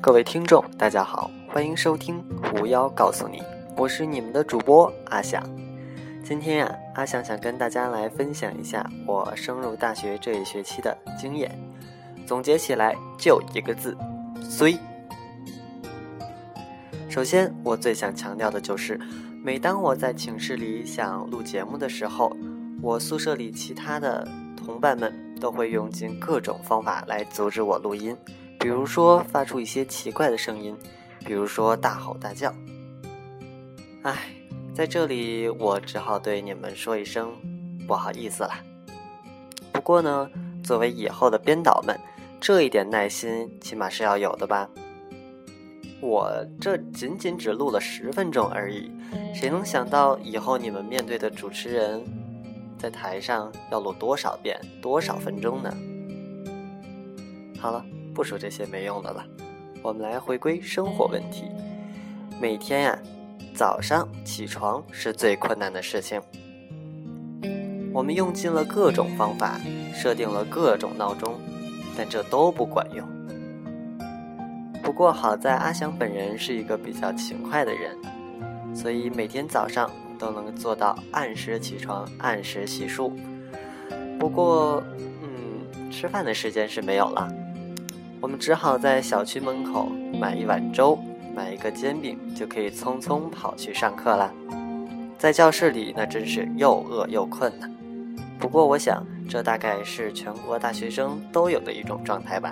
各位听众大家好，欢迎收听狐妖告诉你，我是你们的主播阿翔。今天阿翔想跟大家来分享一下我升入大学这一学期的经验，总结起来就一个字：衰。首先我最想强调的就是，每当我在寝室里想录节目的时候，我宿舍里其他的同伴们都会用尽各种方法来阻止我录音，比如说发出一些奇怪的声音，比如说大吼大叫。在这里我只好对你们说一声不好意思了。不过呢，作为以后的编导们，这一点耐心起码是要有的吧。我这仅仅只录了10分钟而已，谁能想到以后你们面对的主持人在台上要录多少遍多少分钟呢？好了，不说这些没用的了，我们来回归生活问题。每天早上起床是最困难的事情。我们用尽了各种方法，设定了各种闹钟，但这都不管用。不过好在阿翔本人是一个比较勤快的人，所以每天早上都能做到按时起床，按时洗漱。不过吃饭的时间是没有了，我们只好在小区门口买一碗粥，买一个煎饼，就可以匆匆跑去上课了。在教室里那真是又饿又困呢。不过我想这大概是全国大学生都有的一种状态吧。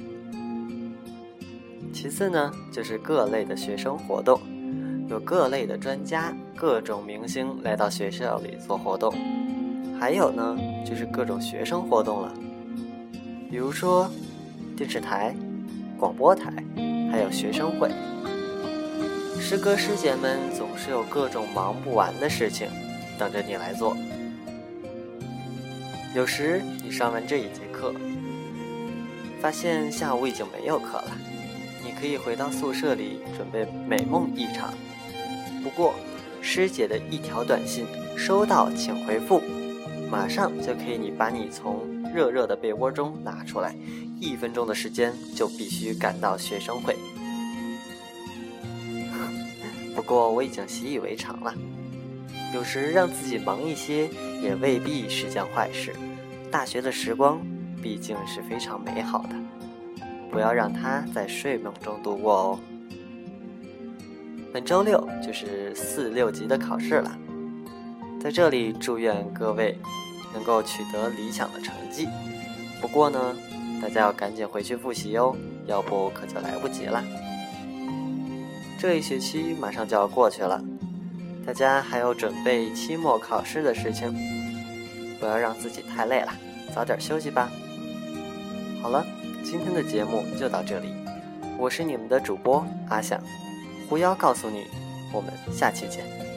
其次呢，就是各类的学生活动，有各类的专家、各种明星来到学校里做活动。还有呢，就是各种学生活动了，比如说电视台、广播台，还有学生会。师哥师姐们总是有各种忙不完的事情等着你来做。有时你上完这一节课，发现下午已经没有课了，你可以回到宿舍里准备美梦一场。不过师姐的一条短信收到请回复，马上就可以把你从热热的被窝中拿出来，1分钟的时间就必须赶到学生会。不过我已经习以为常了，有时让自己忙一些也未必是件坏事。大学的时光毕竟是非常美好的，不要让它在睡梦中度过哦。本周六就是4、6级的考试了，在这里祝愿各位能够取得理想的成绩。不过呢，大家要赶紧回去复习哦，要不可就来不及了。这一学期马上就要过去了，大家还有准备期末考试的事情，不要让自己太累了，早点休息吧。好了，今天的节目就到这里，我是你们的主播阿翔，狐妖告诉你，我们下期见。